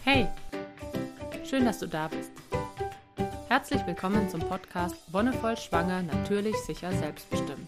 Hey, schön, dass du da bist. Herzlich willkommen zum Podcast Wonnevoll Schwanger, natürlich, sicher, selbstbestimmt.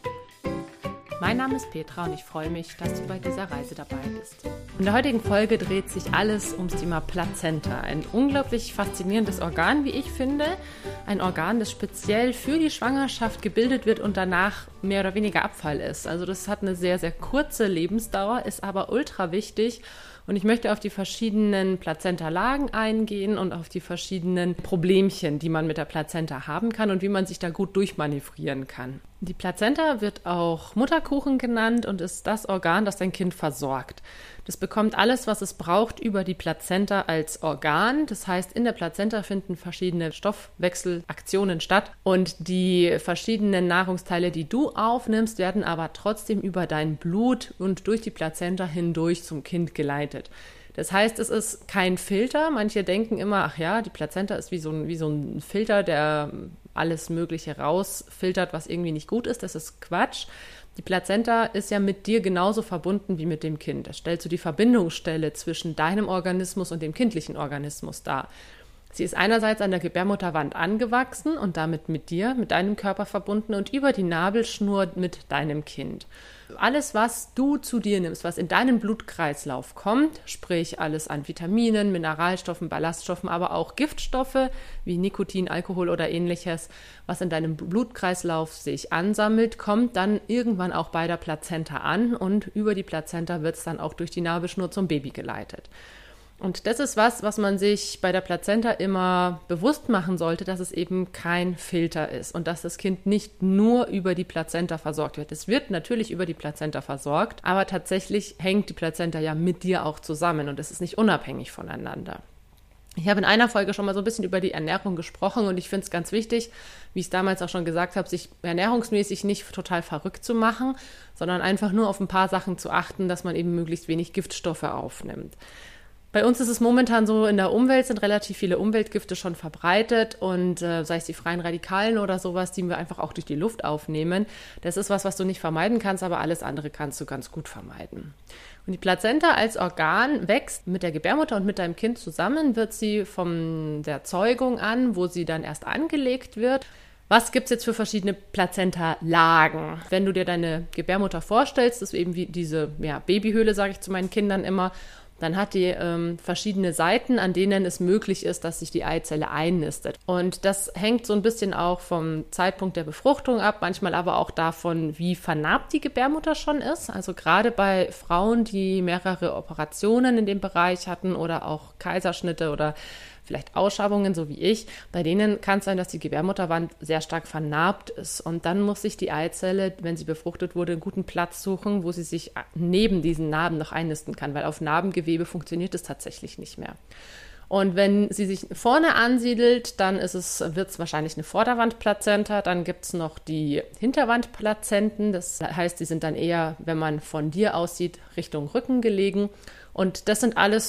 Mein Name ist Petra und ich freue mich, dass du bei dieser Reise dabei bist. In der heutigen Folge dreht sich alles ums Thema Plazenta. Ein unglaublich faszinierendes Organ, wie ich finde. Ein Organ, das speziell für die Schwangerschaft gebildet wird und danach mehr oder weniger Abfall ist. Also das hat eine sehr, sehr kurze Lebensdauer, ist aber ultra wichtig. Und ich möchte auf die verschiedenen Plazentalagen eingehen und auf die verschiedenen Problemchen, die man mit der Plazenta haben kann und wie man sich da gut durchmanövrieren kann. Die Plazenta wird auch Mutterkuchen genannt und ist das Organ, das dein Kind versorgt. Das bekommt alles, was es braucht, über die Plazenta als Organ. Das heißt, in der Plazenta finden verschiedene Stoffwechselaktionen statt und die verschiedenen Nahrungsteile, die du aufnimmst, werden aber trotzdem über dein Blut und durch die Plazenta hindurch zum Kind geleitet. Das heißt, es ist kein Filter. Manche denken immer, ach ja, die Plazenta ist wie so ein Filter, der alles Mögliche rausfiltert, was irgendwie nicht gut ist. Das ist Quatsch. Die Plazenta ist ja mit dir genauso verbunden wie mit dem Kind. Das stellt so die Verbindungsstelle zwischen deinem Organismus und dem kindlichen Organismus dar. Sie ist einerseits an der Gebärmutterwand angewachsen und damit mit dir, mit deinem Körper verbunden und über die Nabelschnur mit deinem Kind. Alles, was du zu dir nimmst, was in deinen Blutkreislauf kommt, sprich alles an Vitaminen, Mineralstoffen, Ballaststoffen, aber auch Giftstoffe wie Nikotin, Alkohol oder ähnliches, was in deinem Blutkreislauf sich ansammelt, kommt dann irgendwann auch bei der Plazenta an und über die Plazenta wird es dann auch durch die Nabelschnur zum Baby geleitet. Und das ist was man sich bei der Plazenta immer bewusst machen sollte, dass es eben kein Filter ist und dass das Kind nicht nur über die Plazenta versorgt wird. Es wird natürlich über die Plazenta versorgt, aber tatsächlich hängt die Plazenta ja mit dir auch zusammen und es ist nicht unabhängig voneinander. Ich habe in einer Folge schon mal so ein bisschen über die Ernährung gesprochen und ich finde es ganz wichtig, wie ich es damals auch schon gesagt habe, sich ernährungsmäßig nicht total verrückt zu machen, sondern einfach nur auf ein paar Sachen zu achten, dass man eben möglichst wenig Giftstoffe aufnimmt. Bei uns ist es momentan so, in der Umwelt sind relativ viele Umweltgifte schon verbreitet und sei es die freien Radikalen oder sowas, die wir einfach auch durch die Luft aufnehmen. Das ist was du nicht vermeiden kannst, aber alles andere kannst du ganz gut vermeiden. Und die Plazenta als Organ wächst mit der Gebärmutter und mit deinem Kind zusammen, wird sie von der Zeugung an, wo sie dann erst angelegt wird. Was gibt es jetzt für verschiedene Plazenta-Lagen? Wenn du dir deine Gebärmutter vorstellst, das ist eben wie diese Babyhöhle, sage ich zu meinen Kindern immer, dann hat die verschiedene Seiten, an denen es möglich ist, dass sich die Eizelle einnistet. Und das hängt so ein bisschen auch vom Zeitpunkt der Befruchtung ab, manchmal aber auch davon, wie vernarbt die Gebärmutter schon ist. Also gerade bei Frauen, die mehrere Operationen in dem Bereich hatten oder auch Kaiserschnitte oder vielleicht Ausschabungen, so wie ich, bei denen kann es sein, dass die Gebärmutterwand sehr stark vernarbt ist. Und dann muss sich die Eizelle, wenn sie befruchtet wurde, einen guten Platz suchen, wo sie sich neben diesen Narben noch einnisten kann, weil auf Narbengewebe funktioniert es tatsächlich nicht mehr. Und wenn sie sich vorne ansiedelt, dann wird es wahrscheinlich eine Vorderwandplazenta. Dann gibt es noch die Hinterwandplazenten. Das heißt, die sind dann eher, wenn man von dir aussieht, Richtung Rücken gelegen. Und das sind alles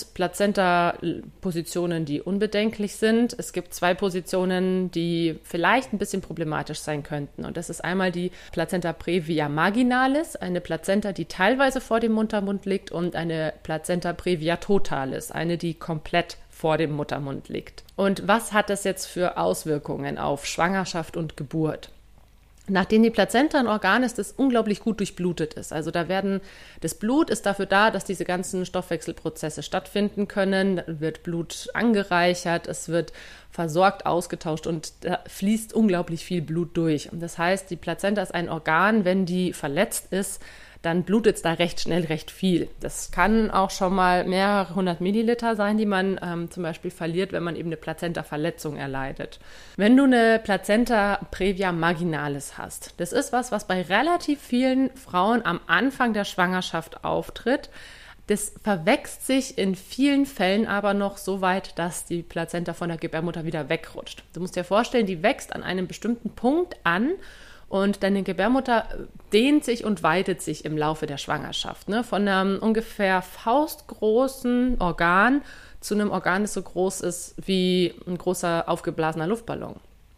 Plazenta-Positionen, die unbedenklich sind. Es gibt zwei Positionen, die vielleicht ein bisschen problematisch sein könnten. Und das ist einmal die Plazenta previa marginalis, eine Plazenta, die teilweise vor dem Muttermund liegt, und eine Plazenta previa totalis, eine, die komplett vor dem Muttermund liegt. Und was hat das jetzt für Auswirkungen auf Schwangerschaft und Geburt? Nachdem die Plazenta ein Organ ist, das unglaublich gut durchblutet ist. Also das Blut ist dafür da, dass diese ganzen Stoffwechselprozesse stattfinden können. Da wird Blut angereichert, es wird versorgt, ausgetauscht und da fließt unglaublich viel Blut durch. Und das heißt, die Plazenta ist ein Organ, wenn die verletzt ist, dann blutet es da recht schnell recht viel. Das kann auch schon mal mehrere 100 Milliliter sein, die man zum Beispiel verliert, wenn man eben eine Plazenta-Verletzung erleidet. Wenn du eine Plazenta previa marginalis hast, das ist was bei relativ vielen Frauen am Anfang der Schwangerschaft auftritt. Das verwächst sich in vielen Fällen aber noch so weit, dass die Plazenta von der Gebärmutter wieder wegrutscht. Du musst dir vorstellen, die wächst an einem bestimmten Punkt an und deine Gebärmutter dehnt sich und weitet sich im Laufe der Schwangerschaft. Ne? Von einem ungefähr faustgroßen Organ zu einem Organ, das so groß ist wie ein großer aufgeblasener Luftballon.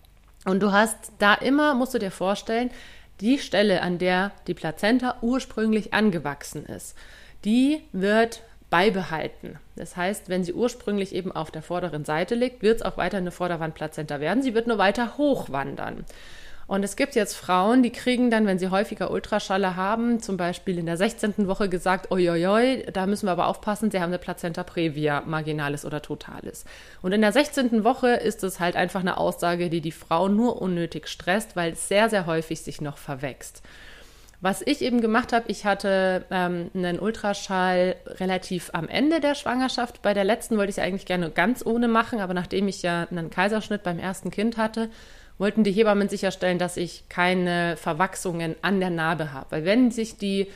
Und du hast da immer, musst du dir vorstellen, die Stelle, an der die Plazenta ursprünglich angewachsen ist, die wird beibehalten. Das heißt, wenn sie ursprünglich eben auf der vorderen Seite liegt, wird es auch weiter eine Vorderwandplazenta werden. Sie wird nur weiter hochwandern. Und es gibt jetzt Frauen, die kriegen dann, wenn sie häufiger Ultraschalle haben, zum Beispiel in der 16. Woche gesagt, oi, da müssen wir aber aufpassen, sie haben eine Plazenta previa, marginalis oder totalis. Und in der 16. Woche ist es halt einfach eine Aussage, die die Frau nur unnötig stresst, weil es sehr, sehr häufig sich noch verwächst. Was ich eben gemacht habe, ich hatte einen Ultraschall relativ am Ende der Schwangerschaft. Bei der letzten wollte ich es eigentlich gerne ganz ohne machen, aber nachdem ich ja einen Kaiserschnitt beim ersten Kind hatte, wollten die Hebammen sicherstellen, dass ich keine Verwachsungen an der Narbe habe. Weil wenn sich die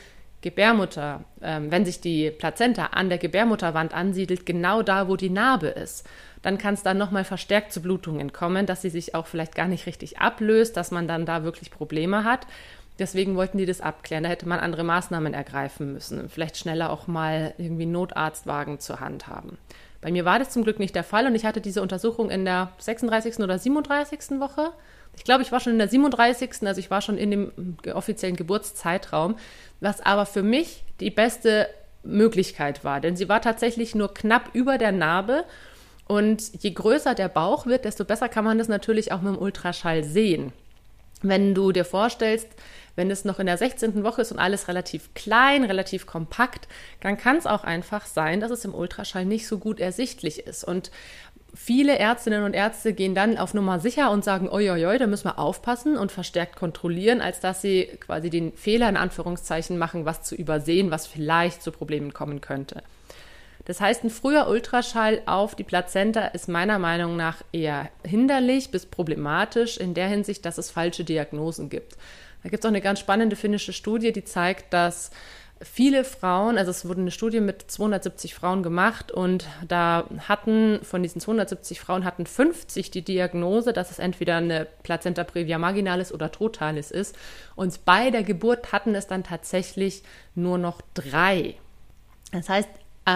Plazenta an der Gebärmutterwand ansiedelt, genau da, wo die Narbe ist, dann kann es dann nochmal verstärkt zu Blutungen kommen, dass sie sich auch vielleicht gar nicht richtig ablöst, dass man dann da wirklich Probleme hat. Deswegen wollten die das abklären. Da hätte man andere Maßnahmen ergreifen müssen. Vielleicht schneller auch mal irgendwie einen Notarztwagen zur Hand haben. Bei mir war das zum Glück nicht der Fall und ich hatte diese Untersuchung in der 36. oder 37. Woche. Ich glaube, ich war schon in der 37., also ich war schon in dem offiziellen Geburtszeitraum, was aber für mich die beste Möglichkeit war, denn sie war tatsächlich nur knapp über der Narbe und je größer der Bauch wird, desto besser kann man das natürlich auch mit dem Ultraschall sehen. Wenn du dir vorstellst, wenn es noch in der 16. Woche ist und alles relativ klein, relativ kompakt, dann kann es auch einfach sein, dass es im Ultraschall nicht so gut ersichtlich ist. Und viele Ärztinnen und Ärzte gehen dann auf Nummer sicher und sagen, oi, da müssen wir aufpassen und verstärkt kontrollieren, als dass sie quasi den Fehler in Anführungszeichen machen, was zu übersehen, was vielleicht zu Problemen kommen könnte. Das heißt, ein früher Ultraschall auf die Plazenta ist meiner Meinung nach eher hinderlich bis problematisch in der Hinsicht, dass es falsche Diagnosen gibt. Da gibt es auch eine ganz spannende finnische Studie, die zeigt, dass viele Frauen, also es wurde eine Studie mit 270 Frauen gemacht und da hatten von diesen 270 Frauen 50 die Diagnose, dass es entweder eine Plazenta previa marginalis oder totalis ist und bei der Geburt hatten es dann tatsächlich nur noch 3. Das heißt,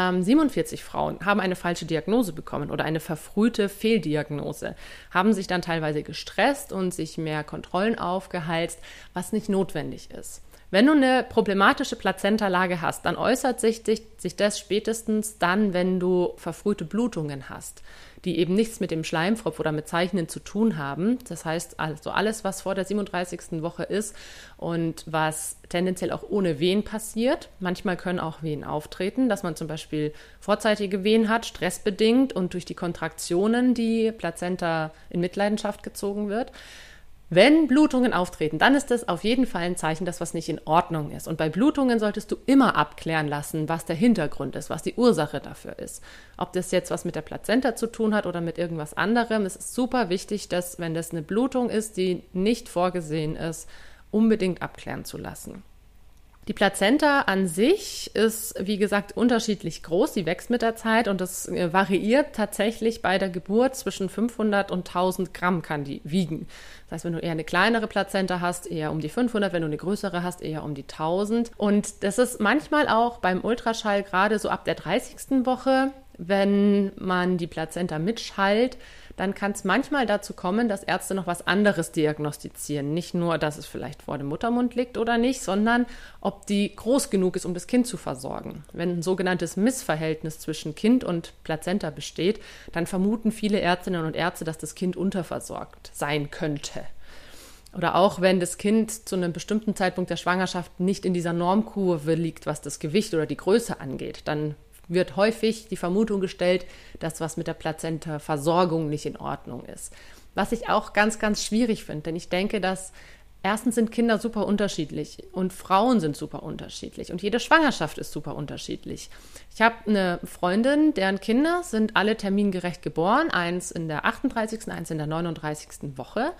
47 Frauen haben eine falsche Diagnose bekommen oder eine verfrühte Fehldiagnose, haben sich dann teilweise gestresst und sich mehr Kontrollen aufgehalst, was nicht notwendig ist. Wenn du eine problematische Plazentalage hast, dann äußert sich das spätestens dann, wenn du verfrühte Blutungen hast, die eben nichts mit dem Schleimfropf oder mit Zeichnen zu tun haben. Das heißt, also alles, was vor der 37. Woche ist und was tendenziell auch ohne Wehen passiert. Manchmal können auch Wehen auftreten, dass man zum Beispiel vorzeitige Wehen hat, stressbedingt und durch die Kontraktionen die Plazenta in Mitleidenschaft gezogen wird. Wenn Blutungen auftreten, dann ist das auf jeden Fall ein Zeichen, dass was nicht in Ordnung ist. Und bei Blutungen solltest du immer abklären lassen, was der Hintergrund ist, was die Ursache dafür ist. Ob das jetzt was mit der Plazenta zu tun hat oder mit irgendwas anderem. Es ist super wichtig, dass, wenn das eine Blutung ist, die nicht vorgesehen ist, unbedingt abklären zu lassen. Die Plazenta an sich ist, wie gesagt, unterschiedlich groß. Sie wächst mit der Zeit und das variiert tatsächlich bei der Geburt zwischen 500 und 1000 Gramm kann die wiegen. Das heißt, wenn du eher eine kleinere Plazenta hast, eher um die 500, wenn du eine größere hast, eher um die 1000. Und das ist manchmal auch beim Ultraschall gerade so ab der 30. Woche, wenn man die Plazenta mitschallt, dann kann es manchmal dazu kommen, dass Ärzte noch was anderes diagnostizieren. Nicht nur, dass es vielleicht vor dem Muttermund liegt oder nicht, sondern ob die groß genug ist, um das Kind zu versorgen. Wenn ein sogenanntes Missverhältnis zwischen Kind und Plazenta besteht, dann vermuten viele Ärztinnen und Ärzte, dass das Kind unterversorgt sein könnte. Oder auch, wenn das Kind zu einem bestimmten Zeitpunkt der Schwangerschaft nicht in dieser Normkurve liegt, was das Gewicht oder die Größe angeht, dann wird häufig die Vermutung gestellt, dass was mit der Plazenta-Versorgung nicht in Ordnung ist. Was ich auch ganz, ganz schwierig finde, denn ich denke, dass erstens sind Kinder super unterschiedlich und Frauen sind super unterschiedlich und jede Schwangerschaft ist super unterschiedlich. Ich habe eine Freundin, deren Kinder sind alle termingerecht geboren, eins in der 38., eins in der 39. Woche.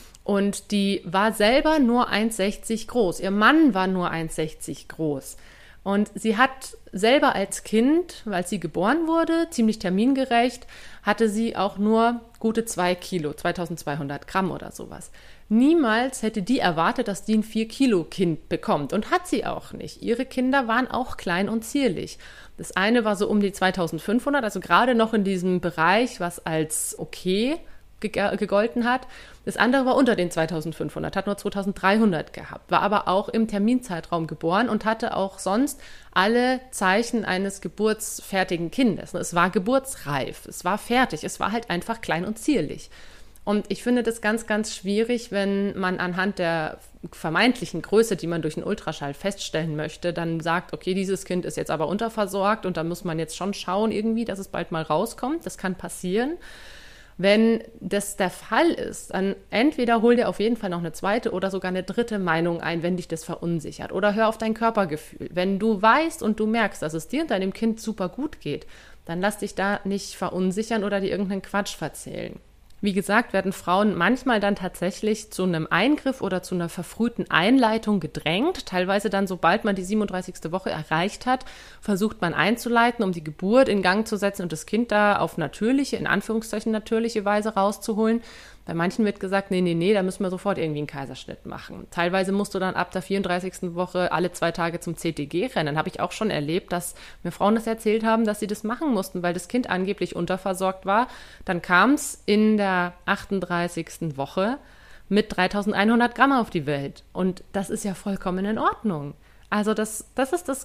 Und die war selber nur 1,60 groß. Ihr Mann war nur 1,60 groß. Und sie hat selber als Kind, weil sie geboren wurde, ziemlich termingerecht, hatte sie auch nur gute 2 Kilo, 2200 Gramm oder sowas. Niemals hätte die erwartet, dass die ein 4-Kilo-Kind bekommt und hat sie auch nicht. Ihre Kinder waren auch klein und zierlich. Das eine war so um die 2500, also gerade noch in diesem Bereich, was als okay gegolten hat. Das andere war unter den 2500, hat nur 2300 gehabt, war aber auch im Terminzeitraum geboren und hatte auch sonst alle Zeichen eines geburtsfertigen Kindes. Es war geburtsreif, es war fertig, es war halt einfach klein und zierlich. Und ich finde das ganz, ganz schwierig, wenn man anhand der vermeintlichen Größe, die man durch einen Ultraschall feststellen möchte, dann sagt, okay, dieses Kind ist jetzt aber unterversorgt und da muss man jetzt schon schauen irgendwie, dass es bald mal rauskommt. Das kann passieren. Wenn das der Fall ist, dann entweder hol dir auf jeden Fall noch eine zweite oder sogar eine dritte Meinung ein, wenn dich das verunsichert. Oder hör auf dein Körpergefühl. Wenn du weißt und du merkst, dass es dir und deinem Kind super gut geht, dann lass dich da nicht verunsichern oder dir irgendeinen Quatsch erzählen. Wie gesagt, werden Frauen manchmal dann tatsächlich zu einem Eingriff oder zu einer verfrühten Einleitung gedrängt. Teilweise dann, sobald man die 37. Woche erreicht hat, versucht man einzuleiten, um die Geburt in Gang zu setzen und das Kind da auf natürliche, in Anführungszeichen natürliche Weise rauszuholen. Bei manchen wird gesagt, nee, da müssen wir sofort irgendwie einen Kaiserschnitt machen. Teilweise musst du dann ab der 34. Woche alle 2 Tage zum CTG rennen. Habe ich auch schon erlebt, dass mir Frauen das erzählt haben, dass sie das machen mussten, weil das Kind angeblich unterversorgt war. Dann kam es in der 38. Woche mit 3100 Gramm auf die Welt. Und das ist ja vollkommen in Ordnung. Also das ist der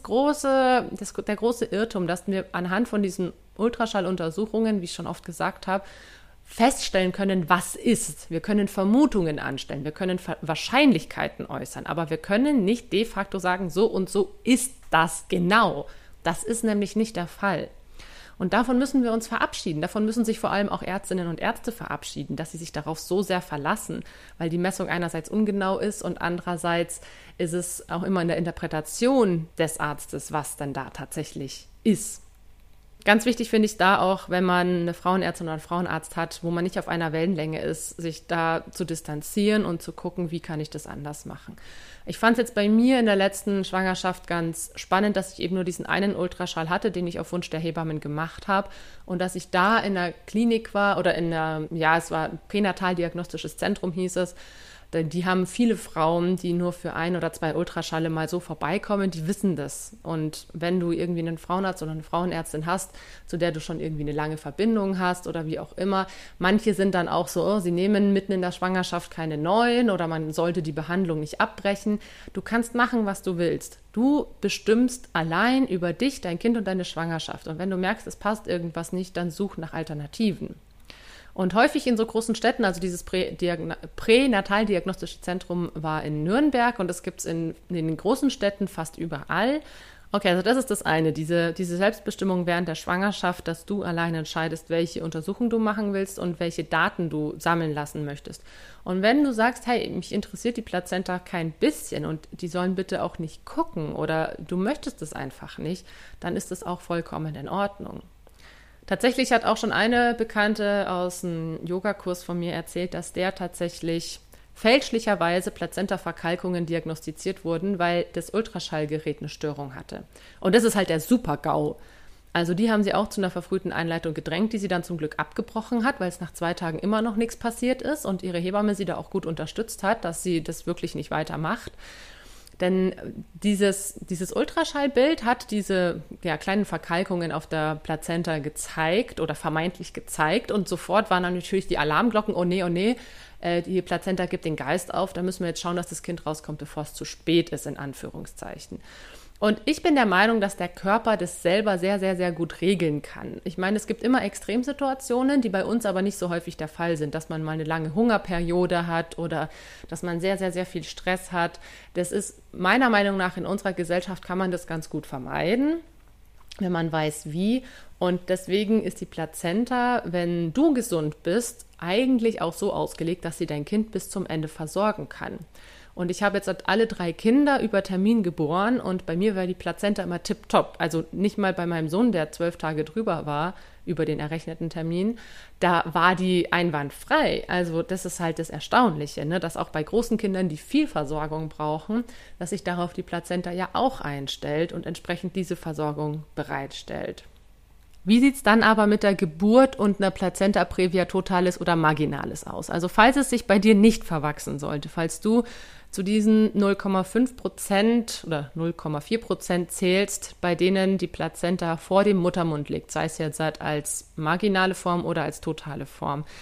große Irrtum, dass wir anhand von diesen Ultraschalluntersuchungen, wie ich schon oft gesagt habe, feststellen können, was ist. Wir können Vermutungen anstellen, wir können Wahrscheinlichkeiten äußern, aber wir können nicht de facto sagen, so und so ist das genau. Das ist nämlich nicht der Fall. Und davon müssen wir uns verabschieden. Davon müssen sich vor allem auch Ärztinnen und Ärzte verabschieden, dass sie sich darauf so sehr verlassen, weil die Messung einerseits ungenau ist und andererseits ist es auch immer in der Interpretation des Arztes, was denn da tatsächlich ist. Ganz wichtig finde ich da auch, wenn man eine Frauenärztin oder einen Frauenarzt hat, wo man nicht auf einer Wellenlänge ist, sich da zu distanzieren und zu gucken, wie kann ich das anders machen. Ich fand es jetzt bei mir in der letzten Schwangerschaft ganz spannend, dass ich eben nur diesen einen Ultraschall hatte, den ich auf Wunsch der Hebammen gemacht habe und dass ich da in der Klinik war oder es war ein Pränataldiagnostisches Zentrum hieß es. Die haben viele Frauen, die nur für 1 oder 2 Ultraschalle mal so vorbeikommen, die wissen das. Und wenn du irgendwie einen Frauenarzt oder eine Frauenärztin hast, zu der du schon irgendwie eine lange Verbindung hast oder wie auch immer, manche sind dann auch so, sie nehmen mitten in der Schwangerschaft keine neuen oder man sollte die Behandlung nicht abbrechen. Du kannst machen, was du willst. Du bestimmst allein über dich, dein Kind und deine Schwangerschaft. Und wenn du merkst, es passt irgendwas nicht, dann such nach Alternativen. Und häufig in so großen Städten, also dieses Pränataldiagnostische Zentrum war in Nürnberg und das gibt es in den großen Städten fast überall. Okay, also das ist das eine, diese Selbstbestimmung während der Schwangerschaft, dass du allein entscheidest, welche Untersuchung du machen willst und welche Daten du sammeln lassen möchtest. Und wenn du sagst, hey, mich interessiert die Plazenta kein bisschen und die sollen bitte auch nicht gucken oder du möchtest es einfach nicht, dann ist das auch vollkommen in Ordnung. Tatsächlich hat auch schon eine Bekannte aus einem Yogakurs von mir erzählt, dass der tatsächlich fälschlicherweise Plazentaverkalkungen diagnostiziert wurden, weil das Ultraschallgerät eine Störung hatte. Und das ist halt der Super-GAU. Also die haben sie auch zu einer verfrühten Einleitung gedrängt, die sie dann zum Glück abgebrochen hat, weil es nach 2 Tagen immer noch nichts passiert ist und ihre Hebamme sie da auch gut unterstützt hat, dass sie das wirklich nicht weitermacht. Denn dieses Ultraschallbild hat diese kleinen Verkalkungen auf der Plazenta gezeigt oder vermeintlich gezeigt und sofort waren dann natürlich die Alarmglocken, oh nee, die Plazenta gibt den Geist auf, da müssen wir jetzt schauen, dass das Kind rauskommt, bevor es zu spät ist, in Anführungszeichen. Und ich bin der Meinung, dass der Körper das selber sehr, sehr, sehr gut regeln kann. Ich meine, es gibt immer Extremsituationen, die bei uns aber nicht so häufig der Fall sind, dass man mal eine lange Hungerperiode hat oder dass man sehr, sehr, sehr viel Stress hat. Das ist meiner Meinung nach in unserer Gesellschaft kann man das ganz gut vermeiden, wenn man weiß wie. Und deswegen ist die Plazenta, wenn du gesund bist, eigentlich auch so ausgelegt, dass sie dein Kind bis zum Ende versorgen kann. Und ich habe jetzt alle 3 Kinder über Termin geboren und bei mir war die Plazenta immer tipptopp. Also nicht mal bei meinem Sohn, der 12 Tage drüber war, über den errechneten Termin, da war die einwandfrei. Also das ist halt das Erstaunliche, ne? Dass auch bei großen Kindern, die viel Versorgung brauchen, dass sich darauf die Plazenta ja auch einstellt und entsprechend diese Versorgung bereitstellt. Wie sieht es dann aber mit der Geburt und einer Plazenta previa totalis oder marginalis aus? Also falls es sich bei dir nicht verwachsen sollte, falls du zu diesen 0,5% oder 0,4% zählst, bei denen die Plazenta vor dem Muttermund liegt, sei es jetzt als marginale Form oder als totale Form,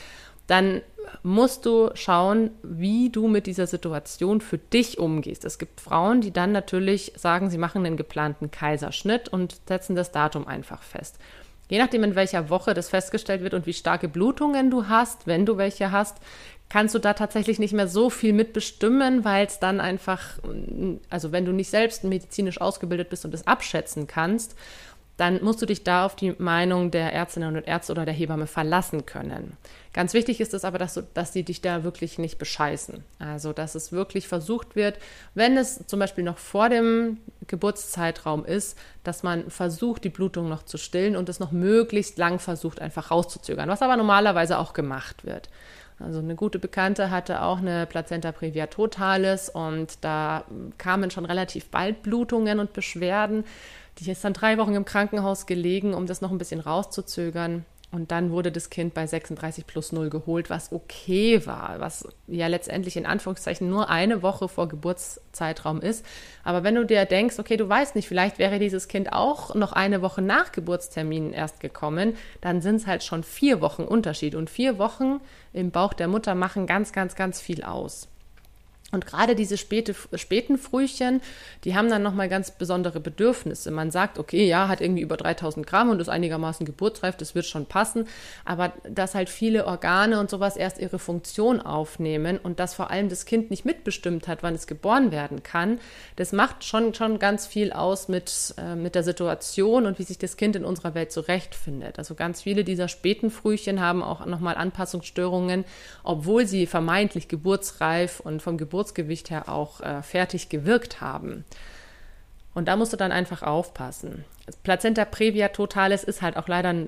dann musst du schauen, wie du mit dieser Situation für dich umgehst. Es gibt Frauen, die dann natürlich sagen, sie machen einen geplanten Kaiserschnitt und setzen das Datum einfach fest. Je nachdem, in welcher Woche das festgestellt wird und wie starke Blutungen du hast, wenn du welche hast, kannst du da tatsächlich nicht mehr so viel mitbestimmen, weil es dann einfach, also wenn du nicht selbst medizinisch ausgebildet bist und das abschätzen kannst, dann musst du dich da auf die Meinung der Ärztinnen und Ärzte oder der Hebamme verlassen können. Ganz wichtig ist es aber, dass die dich da wirklich nicht bescheißen. Also, dass es wirklich versucht wird, wenn es zum Beispiel noch vor dem Geburtszeitraum ist, dass man versucht, die Blutung noch zu stillen und es noch möglichst lang versucht, einfach rauszuzögern, was aber normalerweise auch gemacht wird. Also eine gute Bekannte hatte auch eine Plazenta previa totalis und da kamen schon relativ bald Blutungen und Beschwerden. Die ist dann 3 Wochen im Krankenhaus gelegen, um das noch ein bisschen rauszuzögern. Und dann wurde das Kind bei 36+0 geholt, was okay war, was ja letztendlich in Anführungszeichen nur eine Woche vor Geburtszeitraum ist. Aber wenn du dir denkst, okay, du weißt nicht, vielleicht wäre dieses Kind auch noch eine Woche nach Geburtstermin erst gekommen, dann sind es halt schon 4 Wochen Unterschied. Und 4 Wochen im Bauch der Mutter machen ganz, ganz, ganz viel aus. Und gerade diese späten Frühchen, die haben dann nochmal ganz besondere Bedürfnisse. Man sagt, okay, ja, hat irgendwie über 3000 Gramm und ist einigermaßen geburtsreif, das wird schon passen. Aber dass halt viele Organe und sowas erst ihre Funktion aufnehmen und dass vor allem das Kind nicht mitbestimmt hat, wann es geboren werden kann, das macht schon ganz viel aus mit der Situation und wie sich das Kind in unserer Welt zurechtfindet. Also ganz viele dieser späten Frühchen haben auch nochmal Anpassungsstörungen, obwohl sie vermeintlich geburtsreif und vom Geburtsgewicht her auch fertig gewirkt haben. Und da musst du dann einfach aufpassen. Plazenta previa totalis ist halt auch leider ein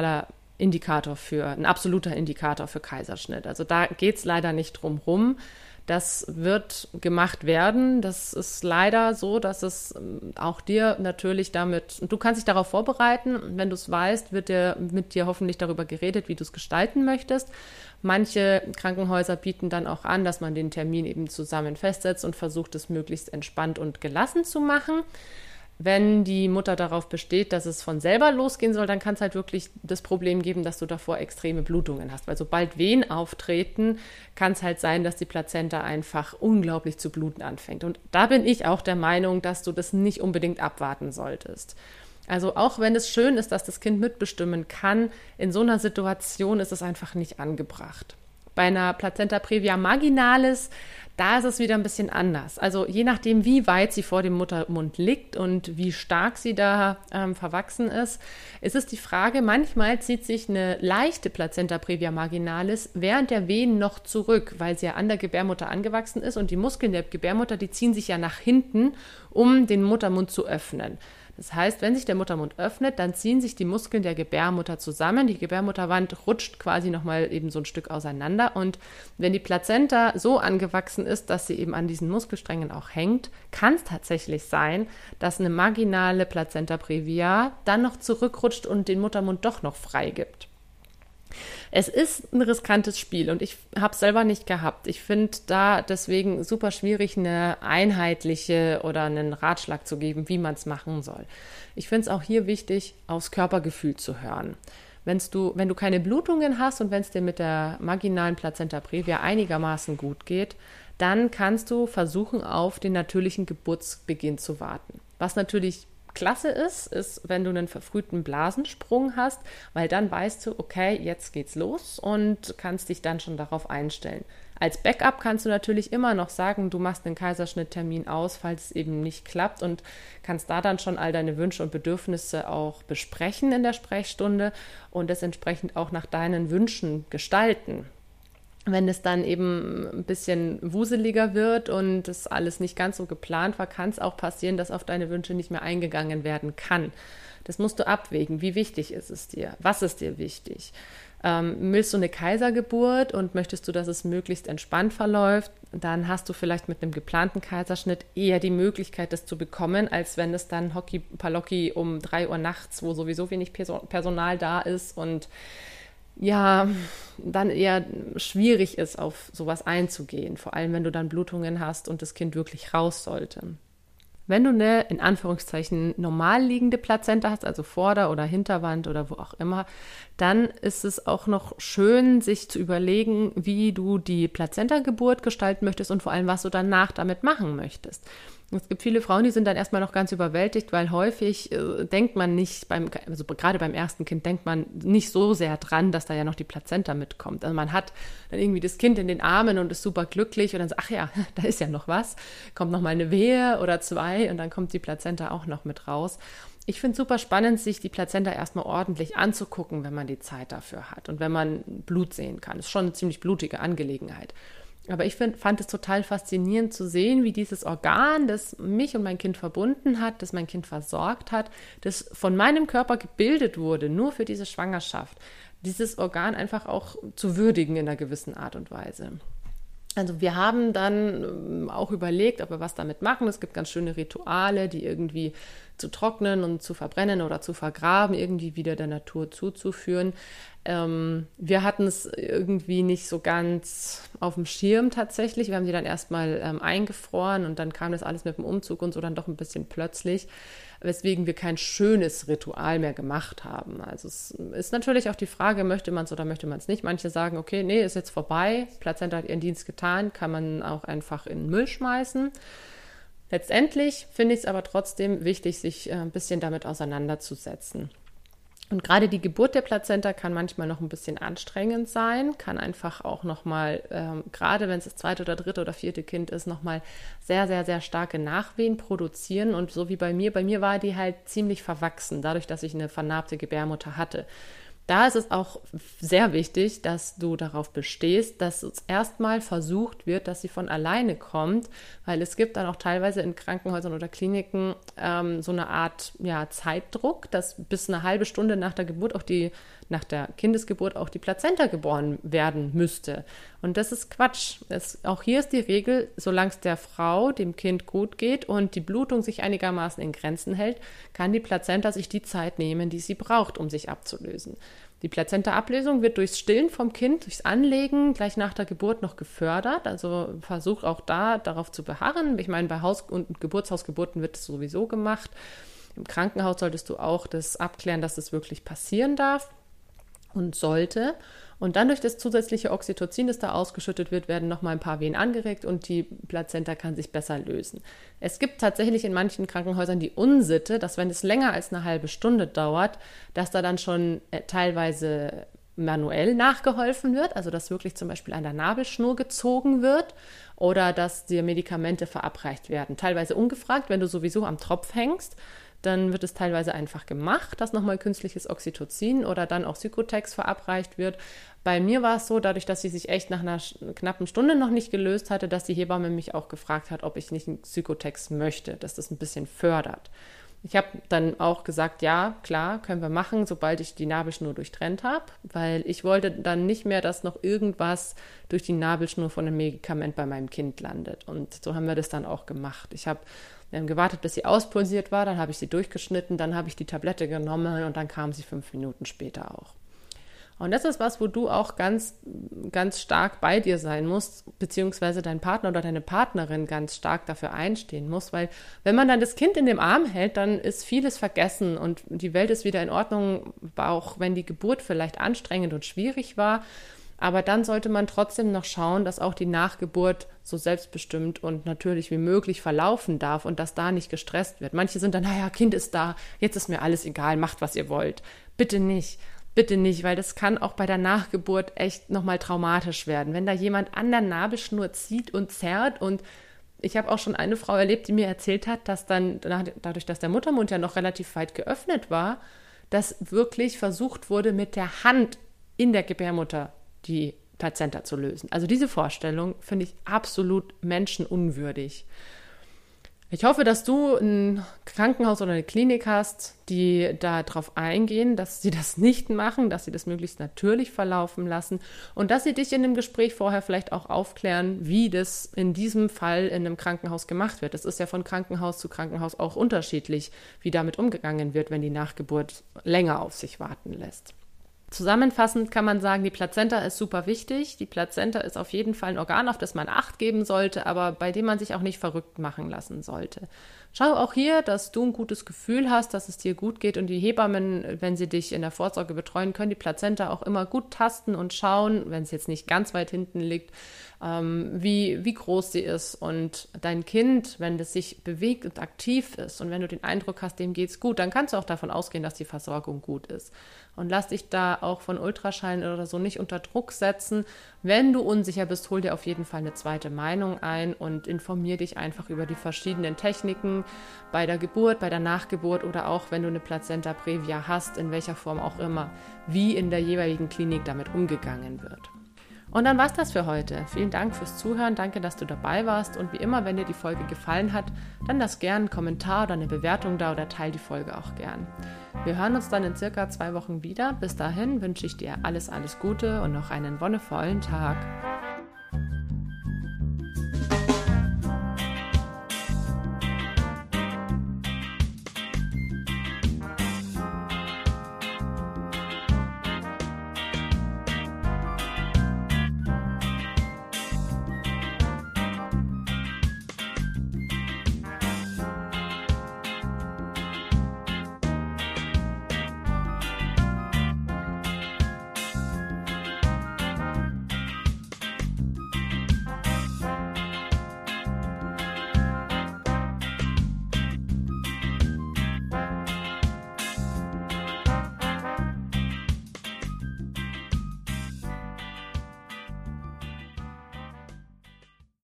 absoluter Indikator für Kaiserschnitt. Also da geht es leider nicht drum rum. Das wird gemacht werden. Das ist leider so, dass es auch dir natürlich damit, und du kannst dich darauf vorbereiten. Wenn du es weißt, wird mit dir hoffentlich darüber geredet, wie du es gestalten möchtest. Manche Krankenhäuser bieten dann auch an, dass man den Termin eben zusammen festsetzt und versucht, es möglichst entspannt und gelassen zu machen. Wenn die Mutter darauf besteht, dass es von selber losgehen soll, dann kann es halt wirklich das Problem geben, dass du davor extreme Blutungen hast. Weil sobald Wehen auftreten, kann es halt sein, dass die Plazenta einfach unglaublich zu bluten anfängt. Und da bin ich auch der Meinung, dass du das nicht unbedingt abwarten solltest. Also auch wenn es schön ist, dass das Kind mitbestimmen kann, in so einer Situation ist es einfach nicht angebracht. Bei einer Plazenta previa marginalis, da ist es wieder ein bisschen anders. Also je nachdem, wie weit sie vor dem Muttermund liegt und wie stark sie da verwachsen ist es die Frage, manchmal zieht sich eine leichte Plazenta previa marginalis während der Wehen noch zurück, weil sie ja an der Gebärmutter angewachsen ist und die Muskeln der Gebärmutter, die ziehen sich ja nach hinten, um den Muttermund zu öffnen. Das heißt, wenn sich der Muttermund öffnet, dann ziehen sich die Muskeln der Gebärmutter zusammen. Die Gebärmutterwand rutscht quasi nochmal eben so ein Stück auseinander. Und wenn die Plazenta so angewachsen ist, dass sie eben an diesen Muskelsträngen auch hängt, kann es tatsächlich sein, dass eine marginale Plazenta previa dann noch zurückrutscht und den Muttermund doch noch freigibt. Es ist ein riskantes Spiel und ich habe es selber nicht gehabt. Ich finde da deswegen super schwierig, eine einheitliche oder einen Ratschlag zu geben, wie man es machen soll. Ich finde es auch hier wichtig, aufs Körpergefühl zu hören. Wenn du keine Blutungen hast und wenn es dir mit der marginalen Plazenta previa einigermaßen gut geht, dann kannst du versuchen, auf den natürlichen Geburtsbeginn zu warten. Was natürlich klasse ist, wenn du einen verfrühten Blasensprung hast, weil dann weißt du, okay, jetzt geht's los und kannst dich dann schon darauf einstellen. Als Backup kannst du natürlich immer noch sagen, du machst einen Kaiserschnitttermin aus, falls es eben nicht klappt und kannst da dann schon all deine Wünsche und Bedürfnisse auch besprechen in der Sprechstunde und das entsprechend auch nach deinen Wünschen gestalten. Wenn es dann eben ein bisschen wuseliger wird und das alles nicht ganz so geplant war, kann es auch passieren, dass auf deine Wünsche nicht mehr eingegangen werden kann. Das musst du abwägen. Wie wichtig ist es dir? Was ist dir wichtig? Willst du eine Kaisergeburt und möchtest du, dass es möglichst entspannt verläuft, dann hast du vielleicht mit einem geplanten Kaiserschnitt eher die Möglichkeit, das zu bekommen, als wenn es dann Hocki-Palocki um 3 Uhr nachts, wo sowieso wenig Personal da ist und ja, dann eher schwierig ist, auf sowas einzugehen, vor allem wenn du dann Blutungen hast und das Kind wirklich raus sollte. Wenn du eine, in Anführungszeichen, normal liegende Plazenta hast, also Vorder- oder Hinterwand oder wo auch immer, dann ist es auch noch schön, sich zu überlegen, wie du die Plazentageburt gestalten möchtest und vor allem, was du danach damit machen möchtest. Es gibt viele Frauen, die sind dann erstmal noch ganz überwältigt, weil häufig denkt man nicht, also gerade beim ersten Kind denkt man nicht so sehr dran, dass da ja noch die Plazenta mitkommt. Also man hat dann irgendwie das Kind in den Armen und ist super glücklich und dann sagt, ach ja, da ist ja noch was, kommt noch mal eine Wehe oder zwei und dann kommt die Plazenta auch noch mit raus. Ich finde es super spannend, sich die Plazenta erstmal ordentlich anzugucken, wenn man die Zeit dafür hat und wenn man Blut sehen kann. Das ist schon eine ziemlich blutige Angelegenheit. Aber ich fand es total faszinierend zu sehen, wie dieses Organ, das mich und mein Kind verbunden hat, das mein Kind versorgt hat, das von meinem Körper gebildet wurde, nur für diese Schwangerschaft, dieses Organ einfach auch zu würdigen in einer gewissen Art und Weise. Also wir haben dann auch überlegt, ob wir was damit machen. Es gibt ganz schöne Rituale, die irgendwie zu trocknen und zu verbrennen oder zu vergraben, irgendwie wieder der Natur zuzuführen. Wir hatten es irgendwie nicht so ganz auf dem Schirm tatsächlich. Wir haben sie dann erstmal eingefroren und dann kam das alles mit dem Umzug und so dann doch ein bisschen plötzlich, weswegen wir kein schönes Ritual mehr gemacht haben. Also es ist natürlich auch die Frage, möchte man es oder möchte man es nicht. Manche sagen, okay, nee, ist jetzt vorbei, Plazenta hat ihren Dienst getan, kann man auch einfach in den Müll schmeißen. Letztendlich finde ich es aber trotzdem wichtig, sich ein bisschen damit auseinanderzusetzen. Und gerade die Geburt der Plazenta kann manchmal noch ein bisschen anstrengend sein, kann einfach auch nochmal, gerade wenn es das zweite oder dritte oder vierte Kind ist, nochmal sehr, sehr, sehr starke Nachwehen produzieren. Und so wie bei mir war die halt ziemlich verwachsen, dadurch, dass ich eine vernarbte Gebärmutter hatte. Da ist es auch sehr wichtig, dass du darauf bestehst, dass es erstmal versucht wird, dass sie von alleine kommt, weil es gibt dann auch teilweise in Krankenhäusern oder Kliniken so eine Art Zeitdruck, dass bis eine halbe Stunde nach der Geburt nach der Kindesgeburt auch die Plazenta geboren werden müsste. Und das ist Quatsch. Auch hier ist die Regel, solange es der Frau, dem Kind gut geht und die Blutung sich einigermaßen in Grenzen hält, kann die Plazenta sich die Zeit nehmen, die sie braucht, um sich abzulösen. Die Plazenta-Ablösung wird durchs Stillen vom Kind, durchs Anlegen gleich nach der Geburt noch gefördert. Also versucht auch darauf zu beharren. Ich meine, bei Haus- und Geburtshausgeburten wird es sowieso gemacht. Im Krankenhaus solltest du auch das abklären, dass das wirklich passieren darf und sollte. Und dann durch das zusätzliche Oxytocin, das da ausgeschüttet wird, werden nochmal ein paar Venen angeregt und die Plazenta kann sich besser lösen. Es gibt tatsächlich in manchen Krankenhäusern die Unsitte, dass wenn es länger als eine halbe Stunde dauert, dass da dann schon teilweise manuell nachgeholfen wird, also dass wirklich zum Beispiel an der Nabelschnur gezogen wird oder dass dir Medikamente verabreicht werden. Teilweise ungefragt, wenn du sowieso am Tropf hängst, dann wird es teilweise einfach gemacht, dass nochmal künstliches Oxytocin oder dann auch Sycotex verabreicht wird. Bei mir war es so, dadurch, dass sie sich echt nach einer knappen Stunde noch nicht gelöst hatte, dass die Hebamme mich auch gefragt hat, ob ich nicht einen Sycotex möchte, dass das ein bisschen fördert. Ich habe dann auch gesagt, ja, klar, können wir machen, sobald ich die Nabelschnur durchtrennt habe, weil ich wollte dann nicht mehr, dass noch irgendwas durch die Nabelschnur von einem Medikament bei meinem Kind landet. Und so haben wir das dann auch gemacht. Wir haben gewartet, bis sie auspulsiert war, dann habe ich sie durchgeschnitten, dann habe ich die Tablette genommen und dann kam sie 5 Minuten später auch. Und das ist was, wo du auch ganz, ganz stark bei dir sein musst, beziehungsweise dein Partner oder deine Partnerin ganz stark dafür einstehen muss, weil wenn man dann das Kind in dem Arm hält, dann ist vieles vergessen und die Welt ist wieder in Ordnung, auch wenn die Geburt vielleicht anstrengend und schwierig war. Aber dann sollte man trotzdem noch schauen, dass auch die Nachgeburt so selbstbestimmt und natürlich wie möglich verlaufen darf und dass da nicht gestresst wird. Manche sind dann, naja, Kind ist da, jetzt ist mir alles egal, macht, was ihr wollt. Bitte nicht, weil das kann auch bei der Nachgeburt echt nochmal traumatisch werden. Wenn da jemand an der Nabelschnur zieht und zerrt und ich habe auch schon eine Frau erlebt, die mir erzählt hat, dass dann, dadurch, dass der Muttermund ja noch relativ weit geöffnet war, dass wirklich versucht wurde, mit der Hand in der Gebärmutter die Plazenta zu lösen. Also diese Vorstellung finde ich absolut menschenunwürdig. Ich hoffe, dass du ein Krankenhaus oder eine Klinik hast, die da drauf eingehen, dass sie das nicht machen, dass sie das möglichst natürlich verlaufen lassen und dass sie dich in einem Gespräch vorher vielleicht auch aufklären, wie das in diesem Fall in einem Krankenhaus gemacht wird. Das ist ja von Krankenhaus zu Krankenhaus auch unterschiedlich, wie damit umgegangen wird, wenn die Nachgeburt länger auf sich warten lässt. Zusammenfassend kann man sagen, die Plazenta ist super wichtig. Die Plazenta ist auf jeden Fall ein Organ, auf das man Acht geben sollte, aber bei dem man sich auch nicht verrückt machen lassen sollte. Schau auch hier, dass du ein gutes Gefühl hast, dass es dir gut geht und die Hebammen, wenn sie dich in der Vorsorge betreuen, können die Plazenta auch immer gut tasten und schauen, wenn es jetzt nicht ganz weit hinten liegt, wie groß sie ist. Und dein Kind, wenn es sich bewegt und aktiv ist und wenn du den Eindruck hast, dem geht's gut, dann kannst du auch davon ausgehen, dass die Versorgung gut ist. Und lass dich da auch von Ultraschallen oder so nicht unter Druck setzen. Wenn du unsicher bist, hol dir auf jeden Fall eine zweite Meinung ein und informier dich einfach über die verschiedenen Techniken bei der Geburt, bei der Nachgeburt oder auch, wenn du eine Plazenta Previa hast, in welcher Form auch immer, wie in der jeweiligen Klinik damit umgegangen wird. Und dann war's das für heute. Vielen Dank fürs Zuhören, danke, dass du dabei warst und wie immer, wenn dir die Folge gefallen hat, dann lass gern einen Kommentar oder eine Bewertung da oder teile die Folge auch gern. Wir hören uns dann in circa 2 Wochen wieder. Bis dahin wünsche ich dir alles Gute und noch einen wonnevollen Tag.